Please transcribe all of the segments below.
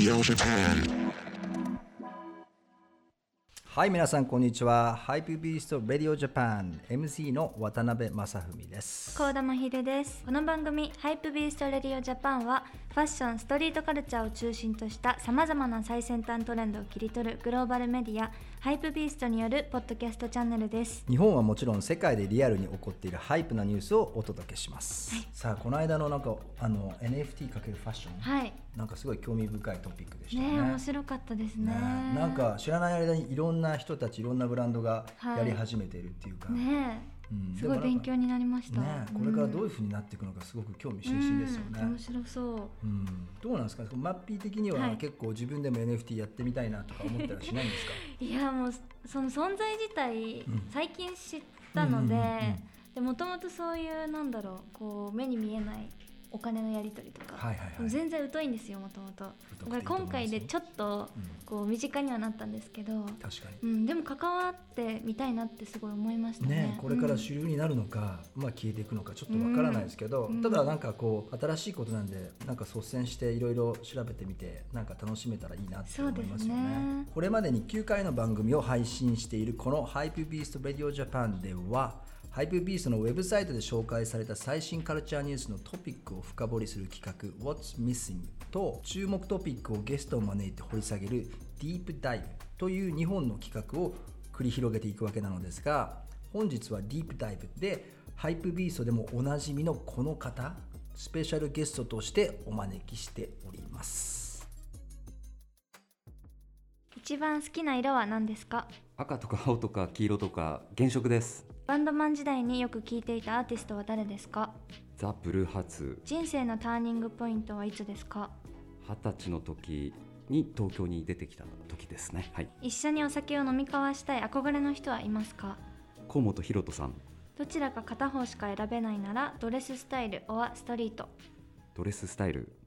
Radio Japan. はい、皆さんこんにちは。ハイプビーストラディオジャパン MC の渡辺正文です。 幸田真秀です。この番組ハイプビーストラディオジャパンはファッション、ストリートカルチャーを中心としたさまざまな最先端トレンドを切り取るグローバルメディアハイプビーストによるポッドキャストチャンネルです。 日本はもちろん世界でリアルに起こっているハイプなニュースをお届けします、はい、さあこの間のNFT かけるファッション、 はい、 なんかすごい興味深いトピックでしたね。 面白かったですね。 なんか知らない間にいろんな人たちいろんなブランドがやり始めているっていうか、 すごい勉強になりました、 これからどういう風になっていくのかすごく興味津々ですよね、 面白そう、 どうなんですか、マッピー的には結構自分でも NFT やってみたいなとか思ったらしないんですか？ いやもうその存在自体、最近知ったので、もともとそういうこう目に見えないお金のやり取りとか、全然疎いんですよもともと。だから今回でちょっとこう身近にはなったんですけど、 確かに、 でも関わってみたいなってすごい思いましたね。 これから主流になるのか、消えていくのかちょっとわからないですけど、ただなんかこう新しいことなんでなんか率先していろいろ調べてみてなんか楽しめたらいいなって思いますよね。これまでに9回の番組を配信しているこのハイプビーストラディオジャパンではハイプビーストのウェブサイトで紹介された最新カルチャーニュースのトピックを深掘りする企画 What's Missing と注目トピックをゲストを招いて掘り下げる Deep Dive という2本の企画を繰り広げていくわけなのですが、本日は Deep Dive でハイプビーストでもおなじみのこの方スペシャルゲストとしてお招きしております。 一番好きな色は何ですか？ 赤とか青とか黄色とか原色です。 バンドマン時代によく聴いていたアーティストは誰ですか？ ザ・ブルーハーツ。 人生のターニングポイントはいつですか ？20歳の時に東京に出てきた時ですね、はい、 一緒にお酒を飲み交わしたい憧れの人はいますか？ 河本大翔さん。 どちらか片方しか選べないならドレススタイル or ストリート？ ドレススタイル。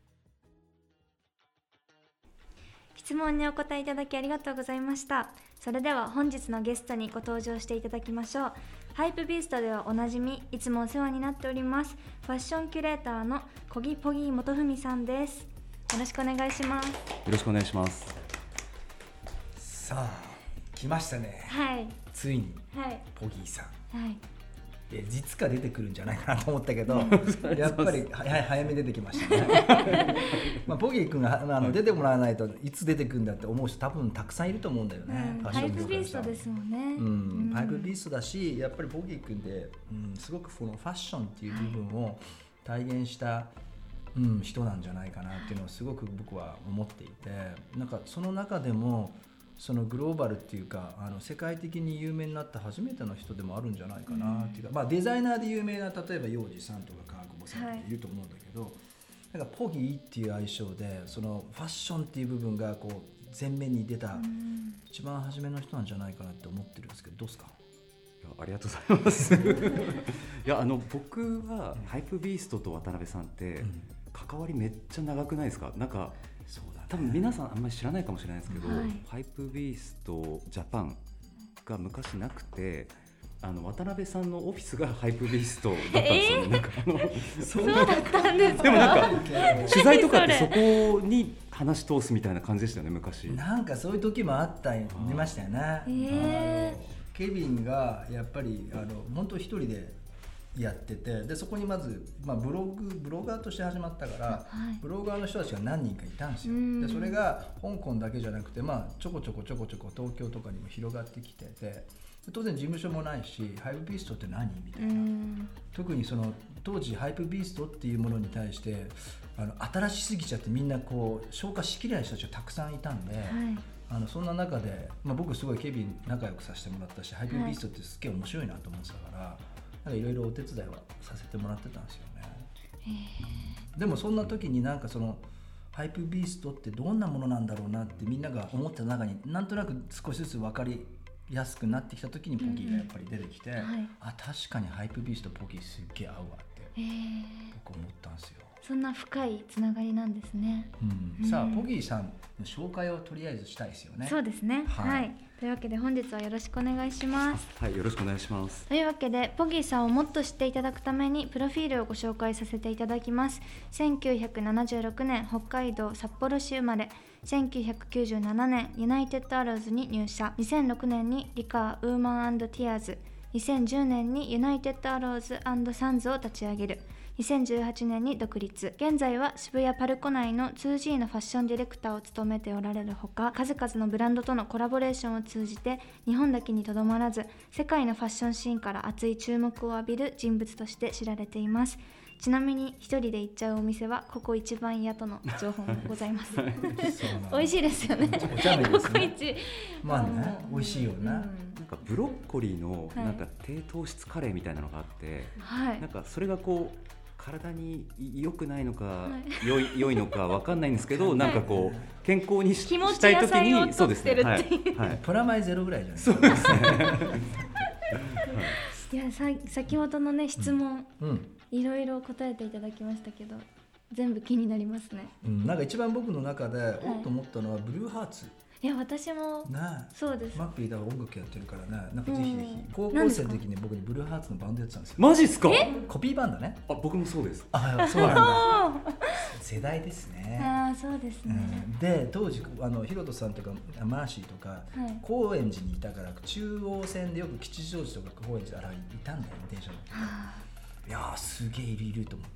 質問にお答えいただきありがとうございました。それでは本日のゲストにご登場していただきましょう。ハイプビーストではおなじみ、いつもお世話になっておりますファッションキュレーターの小木ポギー元文さんです。よろしくお願いします。 よろしくお願いします。 さあ来ましたね、 はい、 ついに、 はい、 ポギーさん、 はい、 実家出てくるんじゃないかなと思ったけどやっぱり早め出てきましたねポギー君が出てもらわないといつ出てくるんだって思う人多分たくさんいると思うんだよね、 ハイプビーストですもんね、 ハイプビーストだし、やっぱりポギー君ってすごくこのファッションっていう部分を体現した、人なんじゃないかなっていうのをすごく僕は思っていて、なんかその中でもそのグローバルっていうか世界的に有名になった初めての人でもあるんじゃないかなっていうか、デザイナーで有名な例えばヨウジさんとか川久保さんっていると思うんだけど、なんかポギーっていう愛称でそのファッションっていう部分がこう前面に出た一番初めの人なんじゃないかなって思ってるんですけど、どうですか？ ありがとうございますいや僕はハイプビーストと渡辺さんって関わりめっちゃ長くないですか？なんかそうだ、ね、多分皆さんあんまり知らないかもしれないですけど、ハイプビーストジャパンが昔なくて渡辺さんのオフィスがハイプビーストだったんですよね、なんかそうだったんですか？ でもなんか取材とかってそこに話通すみたいな感じでしたよね昔。 なんかそういう時もありましたよね、ケビンがやっぱり本当一人でやってて、でそこにまず、ブロガーとして始まったから、ブロガーの人たちが何人かいたんですよ。でそれが香港だけじゃなくて、ちょこちょこ東京とかにも広がってきてて、当然事務所もないしハイプビーストって何みたいな、特にその当時ハイプビーストっていうものに対して新しすぎちゃってみんなこう消化しきれない人たちがたくさんいたんで、そんな中で、僕すごいケビン仲良くさせてもらったし、ハイプビーストってすっげえ面白いなと思ってたから、いろいろお手伝いはさせてもらってたんですよね。でもそんな時になんかそのハイプビーストってどんなものなんだろうなってみんなが思った中になんとなく少しずつ分かりやすくなってきた時にポギーがやっぱり出てきて、確かにハイプビーストポギーすっげえ合うわって僕思ったんですよ。 そんな深いつながりなんですね。 さあポギーさんの紹介をとりあえずしたいですよね。 そうですね、はい、というわけで本日はよろしくお願いします。 はい、よろしくお願いします。 というわけでポギーさんをもっと知っていただくためにプロフィールをご紹介させていただきます。1976年北海道札幌市生まれ、1997年ユナイテッドアローズに入社、2006年にリカーウーマン&ティアーズ、2010年にユナイテッドアローズ&サンズを立ち上げる、2018年に独立。現在は渋谷パルコ内の 2G のファッションディレクターを務めておられるほか、数々のブランドとのコラボレーションを通じて日本だけにとどまらず世界のファッションシーンから熱い注目を浴びる人物として知られています。ちなみに一人で行っちゃうお店はここ一番屋との情報もございます美味しいですよね。 お茶目ですね。 ここ一まあね、美味しいよな。 なんかブロッコリーのなんか低糖質カレーみたいなのがあって、 はい、 なんかそれがこう体に良くないのか、良いのか分かんないんですけど、なんかこう健康にしたいときに、そうですね、はい、 プラマイゼロぐらいじゃないですか。そうですねいや先ほどのね質問、いろいろ答えていただきましたけど全部気になりますね。 なんか一番僕の中でおっと思ったのはブルーハーツ。 いや私もそうです。 マッピーだから音楽やってるからね、なんかぜひぜひ。高校生の時に僕にブルーハーツのバンドやってたんですよ。 マジっすか？ コピーバンドね。 僕もそうです。 あ、そうなんだ。世代ですね。 そうですね。 で当時ヒロトさんとかマーシーとか、高円寺にいたから中央線でよく吉祥寺とか高円寺いたんだよね、電車に。いやすげえいると思って。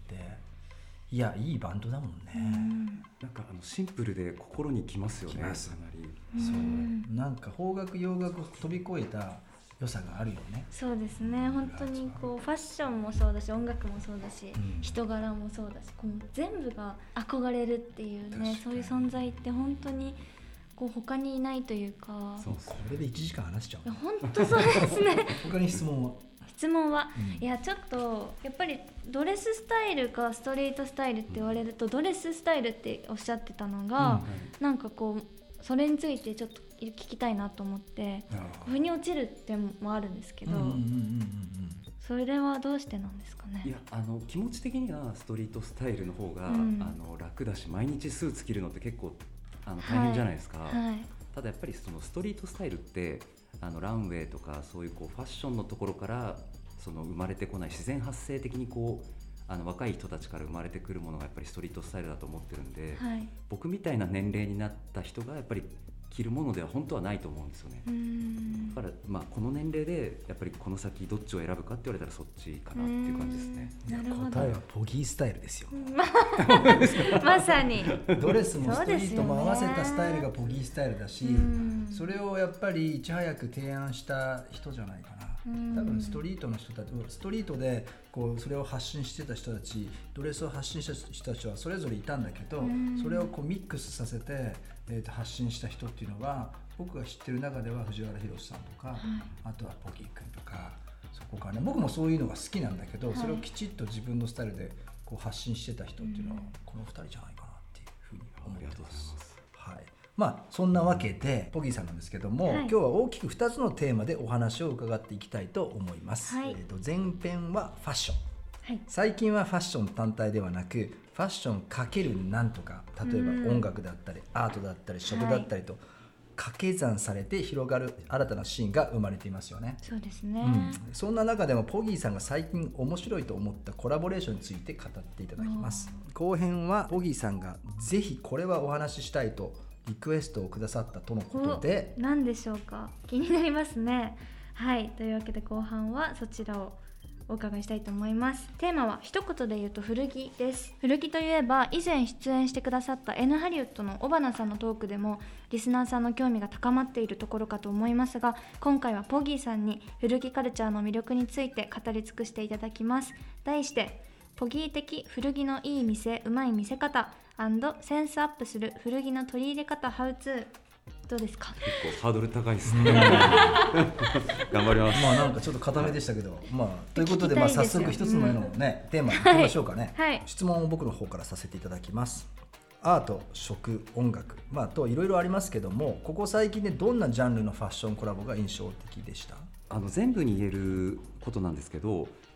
いやいいバンドだもんね。 なんかシンプルで心にきますよね。かなり。 そうなんか邦楽洋楽を飛び越えた良さがあるよね。 そうですね。本当にこうファッションもそうだし音楽もそうだし、人柄もそうだし、こう全部が憧れるっていうね、そういう存在って本当にこう他にいないというか。 そうこれで1時間話しちゃう。 本当そうですね。 他に質問は？ いやちょっとやっぱりドレススタイルかストリートスタイルって言われると、ドレススタイルっておっしゃってたのが、なんかこうそれについてちょっと聞きたいなと思って、腑に落ちるってもあるんですけど、それはどうしてなんですかね。 いや気持ち的にはストリートスタイルの方が、楽だし、毎日スーツ着るのって結構大変じゃないですか。ただやっぱりそのストリートスタイルってランウェイとかそういうファッションのところから生まれてこない自然発生的に若い人たちから生まれてくるものがやっぱりストリートスタイルだと思ってるんで、僕みたいな年齢になった人がやっぱり着るものでは本当はないと思うんですよね。だからこの年齢でやっぱりこの先どっちを選ぶかって言われたらそっちかなっていう感じですね。 答えはポギースタイルですよ。 まさにドレスもストリートも合わせたスタイルがポギースタイルだし、それをやっぱりいち早く提案した人じゃないかな。多分ストリートの人たち、ストリートでそれを発信してた人たち、ドレスを発信した人たちはそれぞれいたんだけど、それをミックスさせて、発信した人っていうのは僕が知ってる中では藤原宏さんとか、あとはポギー君とか、そこからね、僕もそういうのが好きなんだけど、それをきちっと自分のスタイルで発信してた人っていうのはこの2人じゃないかなっていうふうに思ってます。そんなわけでポギーさんなんですけども、今日は大きく2つのテーマでお話を伺っていきたいと思います。前編はファッション、最近はファッション単体ではなくファッション×なんとか、例えば音楽だったりアートだったり食だったりと、掛け算されて広がる新たなシーンが生まれていますよね。 そうですね、 そんな中でもポギーさんが最近面白いと思ったコラボレーションについて語っていただきます。後編はポギーさんがぜひこれはお話ししたいとリクエストをくださったとのことで、 何でしょうか。気になりますね。というわけで後半はそちらをお伺いしたいと思います。テーマは一言で言うと古着です。古着といえば以前出演してくださった N ハリウッドの尾花さんのトークでもリスナーさんの興味が高まっているところかと思いますが、今回はポギーさんに古着カルチャーの魅力について語り尽くしていただきます。題してポギー的古着のいい店、うまい見せ方&センスアップする古着の取り入れ方ハウツー。どうですか。 結構ハードル高いですね。頑張ります。 なんかちょっと固めでしたけど、ということで早速一つののね、テーマに行きましょうかね。質問を僕の方からさせていただきます。アート、食、音楽、といろいろありますけども、ここ最近でどんなジャンルのファッションコラボが印象的でした？ 全部に言えることなんですけど、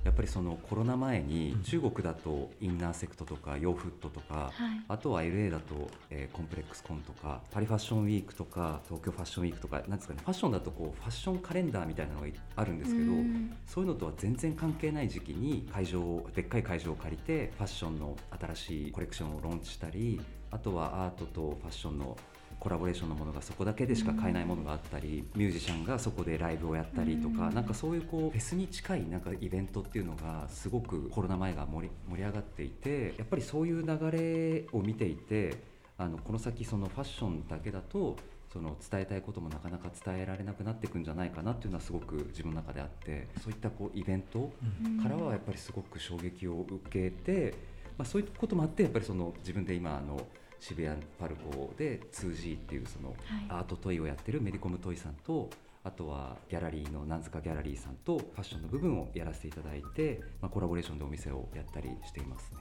やっぱりそのコロナ前に中国だとインナーセクトとかヨーフットとか、あとは LA だと、コンプレックスコンとかパリファッションウィークとか東京ファッションウィークとかなんですかね、ファッションだとこうファッションカレンダーみたいなのがあるんですけど、そういうのとは全然関係ない時期にでっかい会場を借りてファッションの新しいコレクションをローンチしたり、あとはアートとファッションのコラボレーションのものがそこだけでしか買えないものがあったり、ミュージシャンがそこでライブをやったりとか、なんかそういうこうフェスに近いなんかイベントっていうのがすごくコロナ前が盛り上がっていて、やっぱりそういう流れを見ていて、この先そのファッションだけだとその伝えたいこともなかなか伝えられなくなっていくんじゃないかなっていうのはすごく自分の中であって、そういったこうイベントからはやっぱりすごく衝撃を受けて、そういうこともあってやっぱりその自分で今渋谷パルコで 2G っていうそのアートトイをやってるメディコムトイさんと、あとはギャラリーの南塚ギャラリーさんとファッションの部分をやらせていただいて、コラボレーションでお店をやったりしていますね。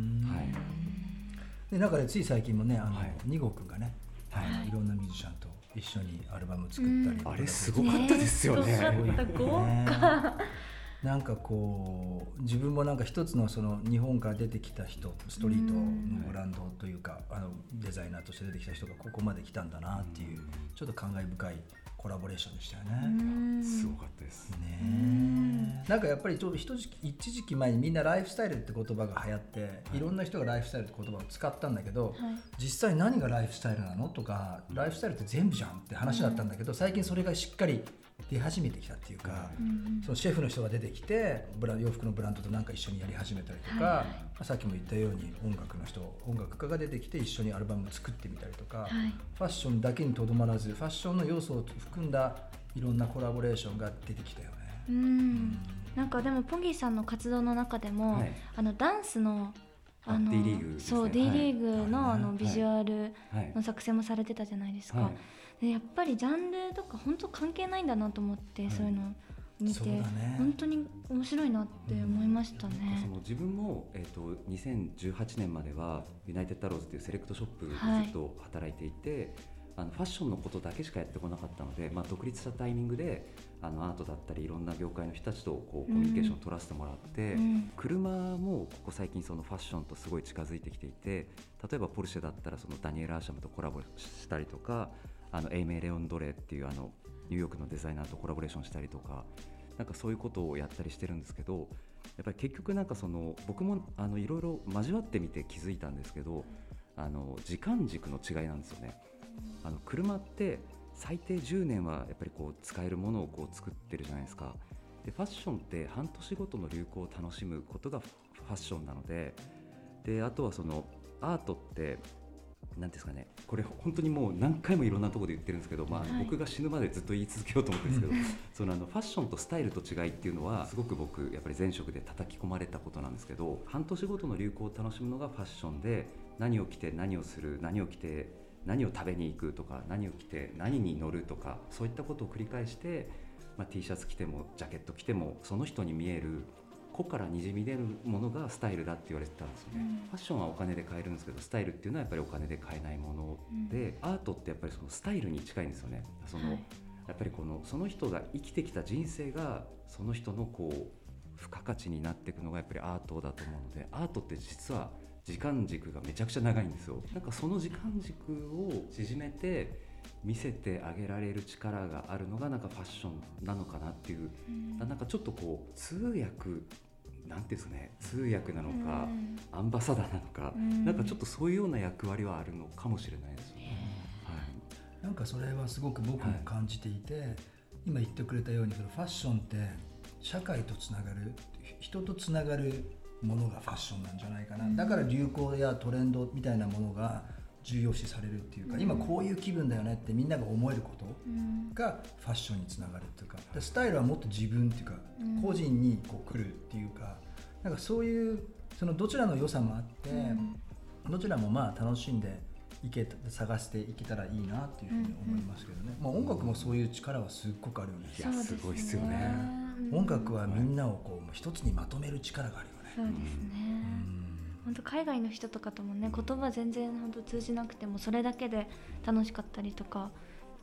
でなんかね、つい最近もね二郷くんがね、いろんなミュージシャンと一緒にアルバム作ったり、 あれすごかったですよね。 豪華なんかこう自分もなんか一つのその日本から出てきた人、ストリートのブランドというかデザイナーとして出てきた人がここまで来たんだなっていうちょっと感慨深いコラボレーションでしたよね。 すごかったですね。なんかやっぱりちょうど一時期前にみんなライフスタイルって言葉が流行って、いろんな人がライフスタイルって言葉を使ったんだけど、実際何がライフスタイルなのとか、ライフスタイルって全部じゃんって話だったんだけど、最近それがしっかり出始めてきたっていうか、そのシェフの人が出てきて洋服のブランドとなんか一緒にやり始めたりとか、さっきも言ったように音楽家が出てきて一緒にアルバムを作ってみたりとか、ファッションだけにとどまらずファッションの要素を含んだいろんなコラボレーションが出てきたよね。 なんかでもポギーさんの活動の中でも、ダンスの D リーグですね。 そう D リーグのビジュアルの作成もされてたじゃないですか。でやっぱりジャンルとか本当関係ないんだなと思って、そういうのを見て、本当に面白いなって思いましたね。 その自分も、2018年まではユナイテッドアローズというセレクトショップでずっと働いていて、ファッションのことだけしかやってこなかったので、独立したタイミングでアートだったりいろんな業界の人たちとこうコミュニケーションを取らせてもらって、車もここ最近そのファッションとすごい近づいてきていて、例えばポルシェだったらそのダニエル・アーシャムとコラボしたりとか、エイメイ・レオン・ドレっていうニューヨークのデザイナーとコラボレーションしたりとか、なんかそういうことをやったりしてるんですけど、やっぱり結局なんかその僕もいろいろ交わってみて気づいたんですけど、時間軸の違いなんですよね。車って最低10年はやっぱりこう使えるものをこう作ってるじゃないですか。でファッションって半年ごとの流行を楽しむことがファッションなので、あとはそのアートってなんですかね、これ本当にもう何回もいろんなところで言ってるんですけど、僕が死ぬまでずっと言い続けようと思ってるんですけどそのファッションとスタイルと違いっていうのはすごく僕やっぱり前職で叩き込まれたことなんですけど、半年ごとの流行を楽しむのがファッションで、何を着て何をする、何を着て何を食べに行くとか、何を着て何に乗るとか、そういったことを繰り返して、T シャツ着てもジャケット着てもその人に見える個からにじみ出るものがスタイルだって言われてたんですよね。ファッションはお金で買えるんですけど、スタイルっていうのはやっぱりお金で買えないもので、アートってやっぱりそのスタイルに近いんですよね。やっぱりその人が生きてきた人生がその人のこう付加価値になっていくのがやっぱりアートだと思うので、アートって実は時間軸がめちゃくちゃ長いんですよ。なんかその時間軸を縮めて見せてあげられる力があるのがなんかファッションなのかなっていう、なんかちょっとこう通訳なんていうんですかね、通訳なのか、アンバサダーなのか、なんかちょっとそういうような役割はあるのかもしれないですよね。 なんかそれはすごく僕も感じていて、今言ってくれたようにファッションって社会とつながる、人とつながるものがファッションなんじゃないかな。だから流行やトレンドみたいなものが重要視されるっていうか、今こういう気分だよねってみんなが思えることがファッションにつながるっていうか、スタイルはもっと自分っていうか個人にこう来るっていうか、なんかそういうそのどちらの良さもあって、どちらも楽しんで探していけたらいいなっていうふうに思いますけどね。音楽もそういう力はすっごくあるよね。 いやすごいですよね。 音楽はみんなをこう一つにまとめる力があるよね。 そうですね。本当海外の人とかともね、言葉全然本当通じなくてもそれだけで楽しかったりとか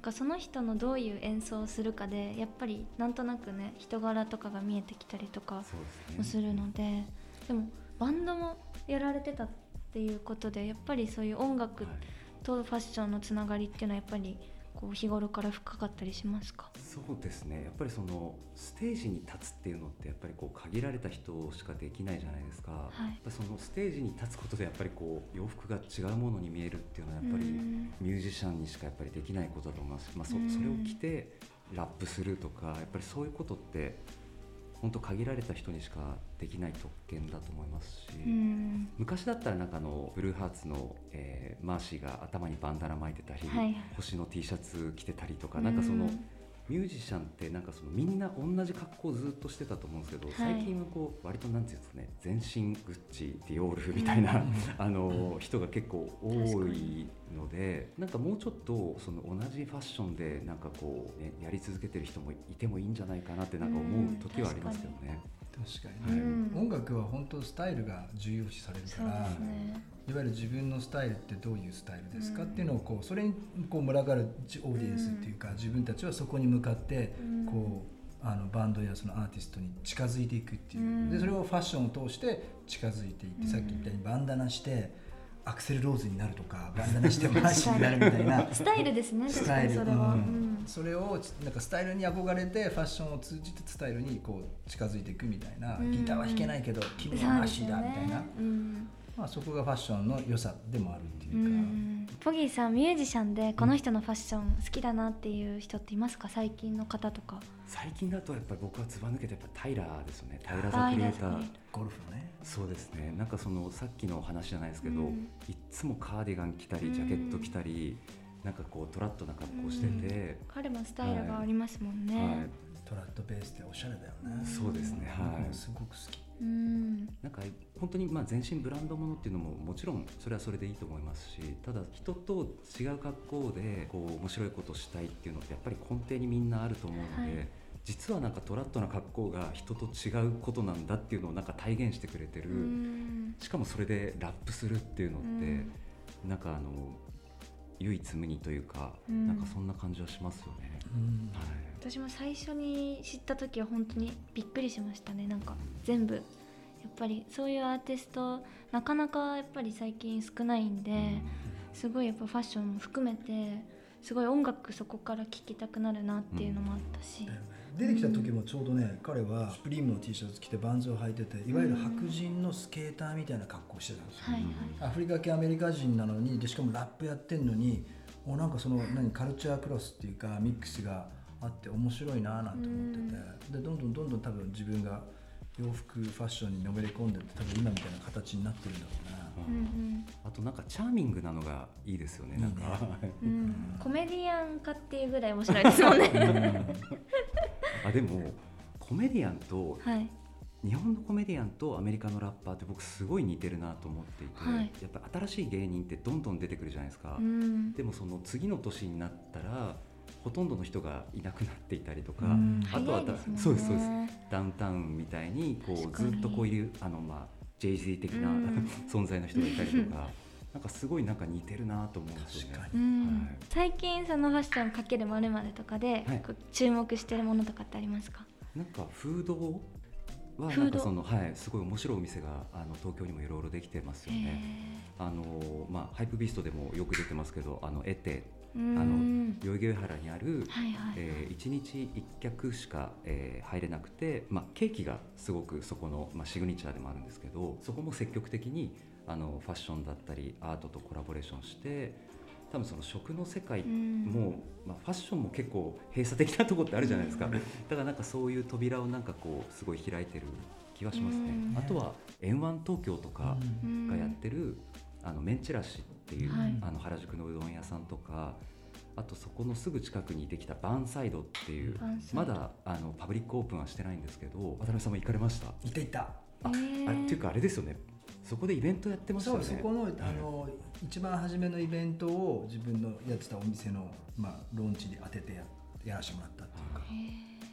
その人のどういう演奏をするかでやっぱりなんとなくね人柄とかが見えてきたりとかもするので、でもバンドもやられてたっていうことでやっぱりそういう音楽とファッションのつながりっていうのはやっぱりこう日頃から深かったりしますか？ そうですね、やっぱりそのステージに立つっていうのってやっぱりこう限られた人しかできないじゃないですか、やっぱりそのステージに立つことでやっぱりこう洋服が違うものに見えるっていうのはやっぱりミュージシャンにしかやっぱりできないことだと思います。それを着てラップするとかやっぱりそういうことって本当限られた人にしかできない特権だと思いますし、昔だったらなんかブルーハーツの、マーシーが頭にバンダナ巻いてたり、星の T シャツ着てたりとか、なんかそのミュージシャンってなんかそのみんな同じ格好をずっとしてたと思うんですけど、最近はこう割となんていうんですかね、全身グッチ、ディオールみたいな、人が結構多いので、なんかもうちょっとその同じファッションでなんかこう、ね、やり続けてる人もいてもいいんじゃないかなってなんか思う時はありますけどね。 確かに、音楽は本当スタイルが重要視されるから、いわゆる自分のスタイルってどういうスタイルですかっていうのをこうそれにこう群がるオーディエンスっていうか、自分たちはそこに向かってこうバンドやそのアーティストに近づいていくっていう、でそれをファッションを通して近づいていって、さっき言ったようにバンダナしてアクセルローズになるとか、バンダナしてマーシーになるみたいなスタイルですね。 スタイル、 それは、 それをなんかスタイルに憧れてファッションを通じてスタイルにこう近づいていくみたいな、ギターは弾けないけど君はマーシーだみたいな、そこがファッションの良さでもあるっていうか。 ポギーさんミュージシャンでこの人のファッション好きだなっていう人っていますか？最近の方とか。最近だとやっぱり僕はずば抜けてやっぱタイラーですよね。タイラー・ザ・クリエイター、 ゴルフのね。 そうですね、なんかそのさっきの話じゃないですけど、いつもカーディガン着たりジャケット着たり、なんかこうトラッドな格好してて、 彼もスタイルがありますもんね、 トラッドベースでおしゃれだよね。 そうですね、 すごく好き。 なんか本当に全身ブランドものっていうのももちろんそれはそれでいいと思いますし、ただ人と違う格好でこう面白いことをしたいっていうのってやっぱり根底にみんなあると思うので、実はなんかトラッドな格好が人と違うことなんだっていうのをなんか体現してくれてる、しかもそれでラップするっていうのって、なんか唯一無二というか、なんかそんな感じはしますよね。 私も最初に知った時は本当にびっくりしましたね。なんか全部やっぱりそういうアーティストなかなかやっぱり最近少ないんで、すごいやっぱファッションも含めてすごい音楽そこから聴きたくなるなっていうのもあったし、 出てきた時もちょうどね、彼はスプリームの T シャツ着てバンズを履いてて、いわゆる白人のスケーターみたいな格好をしてたんですよ、アフリカ系アメリカ人なのに、でしかもラップやってんのに、なんかそのカルチャークロスっていうかミックスがあって面白いななんて思ってて、でどんどん多分自分が洋服ファッションにのめり込んでって、多分今みたいな形になってるんだろうな。 あとなんかチャーミングなのがいいですよね。なんかコメディアン化っていうぐらい面白いですもんねでもコメディアンと、日本のコメディアンとアメリカのラッパーって僕すごい似てるなと思っていて、やっぱ新しい芸人ってどんどん出てくるじゃないですか、でもその次の年になったらほとんどの人がいなくなっていたりとか、あとはそうですダウンタウンみたいにこうずっとこういうJay-Z 的な存在の人がいたりとか、なんかすごいなんか似てるなと思うんですよね。 最近そのファッションかける〇〇とかで、注目してるものとかってありますか？ なんかフードはなんかその、すごい面白いお店が東京にもいろいろできてますよね。ハイプビーストでもよく出てますけど、エテ代々木上原にある、1日1客しか、入れなくて、ケーキがすごくそこの、シグニチャーでもあるんですけど、そこも積極的にファッションだったりアートとコラボレーションして、多分その食の世界も、ファッションも結構閉鎖的なところってあるじゃないですか、だからなんかそういう扉をなんかこうすごい開いてる気がしますね。あとは円湾東京とかがやってるメンチラシっていう、原宿のうどん屋さんとか、あとそこのすぐ近くにできたバーンサイドっていう、まだパブリックオープンはしてないんですけど、渡辺さんも行かれました？ 行った。 っていうかあれですよね、そこでイベントやってますよね。 そこの、一番初めのイベントを自分のやってたお店の、ローンチに当ててやらせてもらったっていうか。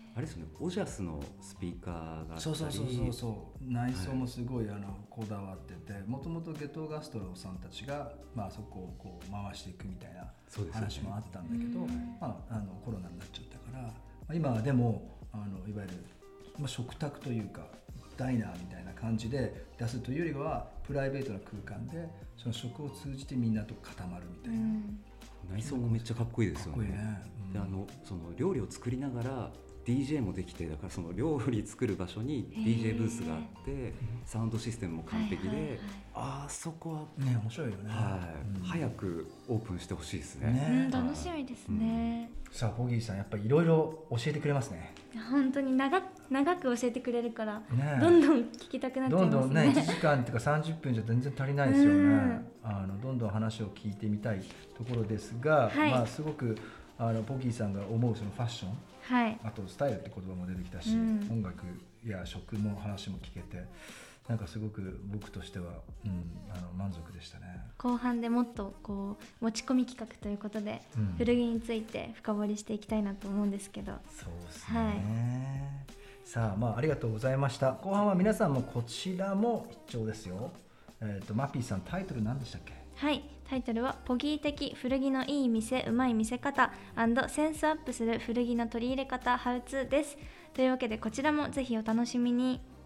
あれですね、オジャスのスピーカーがあったり、 そう内装もすごいこだわってて、もともとゲトーガストロさんたちが、そこをこう回していくみたいな話もあったんだけど、コロナになっちゃったから、今はでもいわゆる、食卓というかダイナーみたいな感じで出すというよりはプライベートな空間でその食を通じてみんなと固まるみたいな、 内装もめっちゃかっこいいですよね。 かっこいいね。 でその料理を作りながら DJ もできて、だからその料理作る場所に DJ ブースがあってサウンドシステムも完璧で、あそこはね面白いよね。 早くオープンしてほしいですね。 楽しみですね。 さあポギーさんやっぱりいろいろ教えてくれますね。 本当に長く教えてくれるから、どんどん聞きたくなっちゃいますね。 どんどんね1時間っていうか30分じゃ全然足りないですよね。どんどん話を聞いてみたいところですが、すごくポギーさんが思うそのファッション、あとスタイルって言葉も出てきたし、音楽や食の話も聞けて、なんかすごく僕としては、満足でしたね。 後半でもっとこう持ち込み企画ということで、古着について深掘りしていきたいなと思うんですけど。 そうですね、さあ、ありがとうございました。後半は皆さんもこちらも必聴ですよ。マッピーさん、タイトル何でしたっけ？ はい、タイトルはポギー的古着のいい店うまい見せ方&センスアップする古着の取り入れ方ハウツーです。というわけでこちらもぜひお楽しみに。